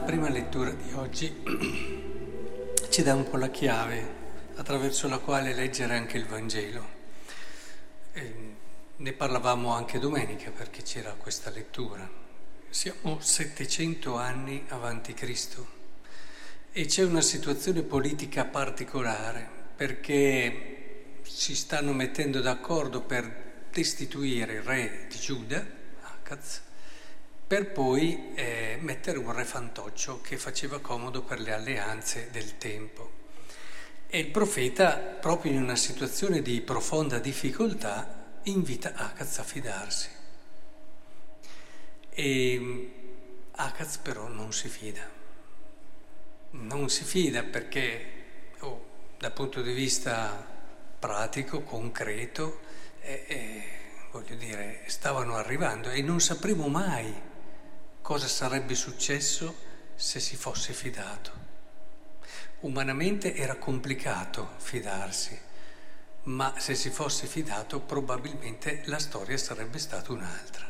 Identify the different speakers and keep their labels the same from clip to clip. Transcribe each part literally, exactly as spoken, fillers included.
Speaker 1: prima lettura di oggi ci dà un po' la chiave attraverso la quale leggere anche il Vangelo. E ne parlavamo anche domenica perché c'era questa lettura. Siamo settecento anni avanti Cristo e c'è una situazione politica particolare perché si stanno mettendo d'accordo per destituire il re di Giuda, Acaz, per poi eh, mettere un re fantoccio che faceva comodo per le alleanze del tempo. E il profeta, proprio in una situazione di profonda difficoltà, invita Acaz a fidarsi. E Acaz però non si fida. Non si fida perché, oh, dal punto di vista pratico, concreto, eh, eh, voglio dire, stavano arrivando e non sapremo mai cosa sarebbe successo se si fosse fidato. Umanamente era complicato fidarsi, ma se si fosse fidato probabilmente la storia sarebbe stata un'altra.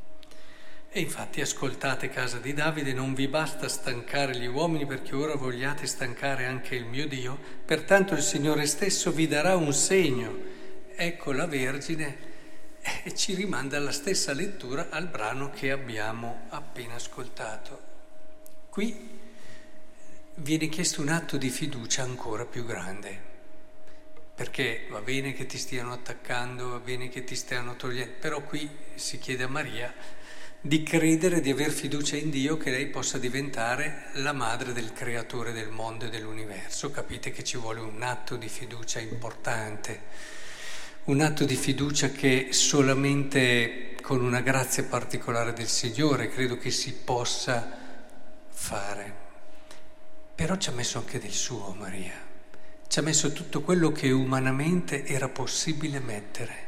Speaker 1: E infatti ascoltate, casa di Davide, non vi basta stancare gli uomini perché ora vogliate stancare anche il mio Dio, pertanto il Signore stesso vi darà un segno. Ecco la Vergine. E ci rimanda alla stessa lettura al brano che abbiamo appena ascoltato. Qui viene chiesto un atto di fiducia ancora più grande, perché va bene che ti stiano attaccando, va bene che ti stiano togliendo, però qui si chiede a Maria di credere, di aver fiducia in Dio che lei possa diventare la madre del creatore del mondo e dell'universo. Capite che ci vuole un atto di fiducia importante. Un atto di fiducia che solamente con una grazia particolare del Signore credo che si possa fare. Però ci ha messo anche del suo, Maria. Ci ha messo tutto quello che umanamente era possibile mettere.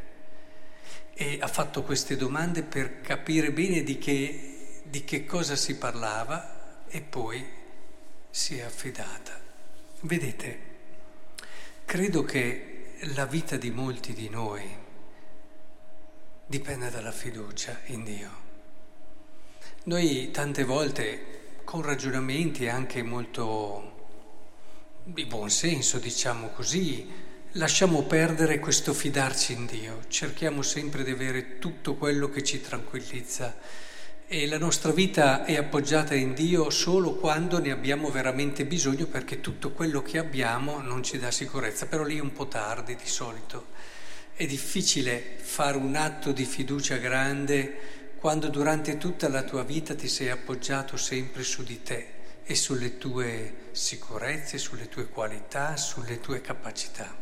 Speaker 1: E ha fatto queste domande per capire bene di che, di che cosa si parlava e poi si è affidata. Vedete, credo che la vita di molti di noi dipende dalla fiducia in Dio. Noi tante volte, con ragionamenti anche molto di buon senso, diciamo così, lasciamo perdere questo fidarci in Dio. Cerchiamo sempre di avere tutto quello che ci tranquillizza e la nostra vita è appoggiata in Dio solo quando ne abbiamo veramente bisogno, perché tutto quello che abbiamo non ci dà sicurezza, però lì è un po' tardi di solito. È difficile fare un atto di fiducia grande quando durante tutta la tua vita ti sei appoggiato sempre su di te e sulle tue sicurezze, sulle tue qualità, sulle tue capacità.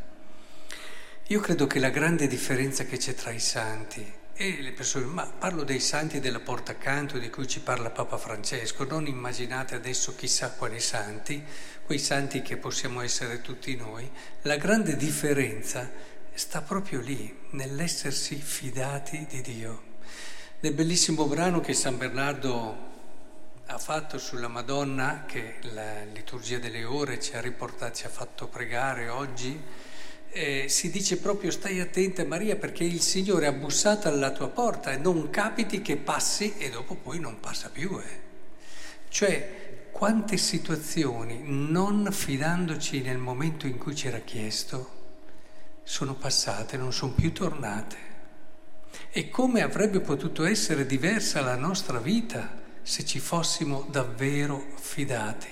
Speaker 1: Io credo che la grande differenza che c'è tra i santi e le persone, ma parlo dei santi della porta accanto di cui ci parla Papa Francesco, non immaginate adesso chissà quali santi, quei santi che possiamo essere tutti noi, la grande differenza sta proprio lì, nell'essersi fidati di Dio. Nel bellissimo brano che San Bernardo ha fatto sulla Madonna, che la liturgia delle ore ci ha riportato, ci ha fatto pregare oggi, Eh, si dice proprio stai attenta Maria perché il Signore ha bussato alla tua porta e non capiti che passi e dopo poi non passa più. Eh. Cioè quante situazioni non fidandoci nel momento in cui c'era chiesto sono passate, non sono più tornate. E come avrebbe potuto essere diversa la nostra vita se ci fossimo davvero fidati?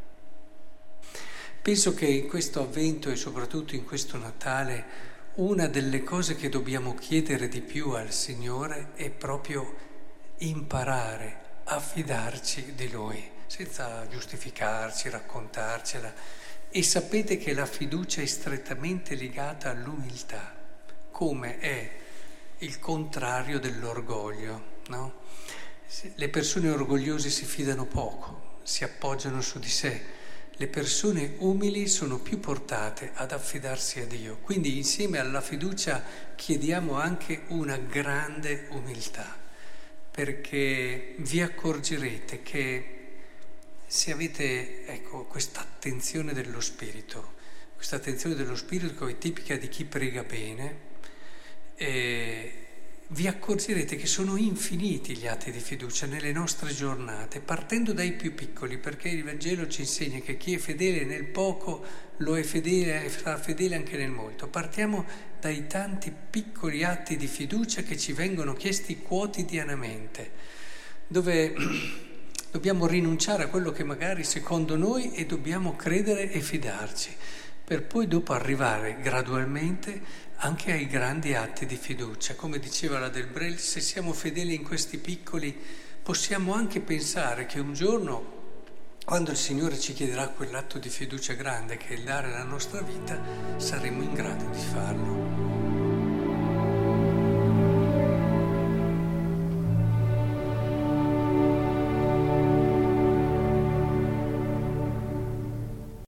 Speaker 1: Penso che in questo avvento e soprattutto in questo Natale una delle cose che dobbiamo chiedere di più al Signore è proprio imparare a fidarci di Lui, senza giustificarci, raccontarcela. E sapete che la fiducia è strettamente legata all'umiltà, come è il contrario dell'orgoglio, no? Le persone orgogliose si fidano poco, si appoggiano su di sé. Le persone umili sono più portate ad affidarsi a Dio. Quindi insieme alla fiducia chiediamo anche una grande umiltà, perché vi accorgerete che se avete, ecco, questa attenzione dello spirito, questa attenzione dello spirito che è tipica di chi prega bene, eh, vi accorgerete che sono infiniti gli atti di fiducia nelle nostre giornate, partendo dai più piccoli, perché il Vangelo ci insegna che chi è fedele nel poco lo è fedele e sarà fedele anche nel molto. Partiamo dai tanti piccoli atti di fiducia che ci vengono chiesti quotidianamente, dove dobbiamo rinunciare a quello che magari secondo noi e dobbiamo credere e fidarci, per poi dopo arrivare gradualmente anche ai grandi atti di fiducia. Come diceva la Del Brel, se siamo fedeli in questi piccoli, possiamo anche pensare che un giorno, quando il Signore ci chiederà quell'atto di fiducia grande che è il dare la nostra vita, saremo in grado di farlo.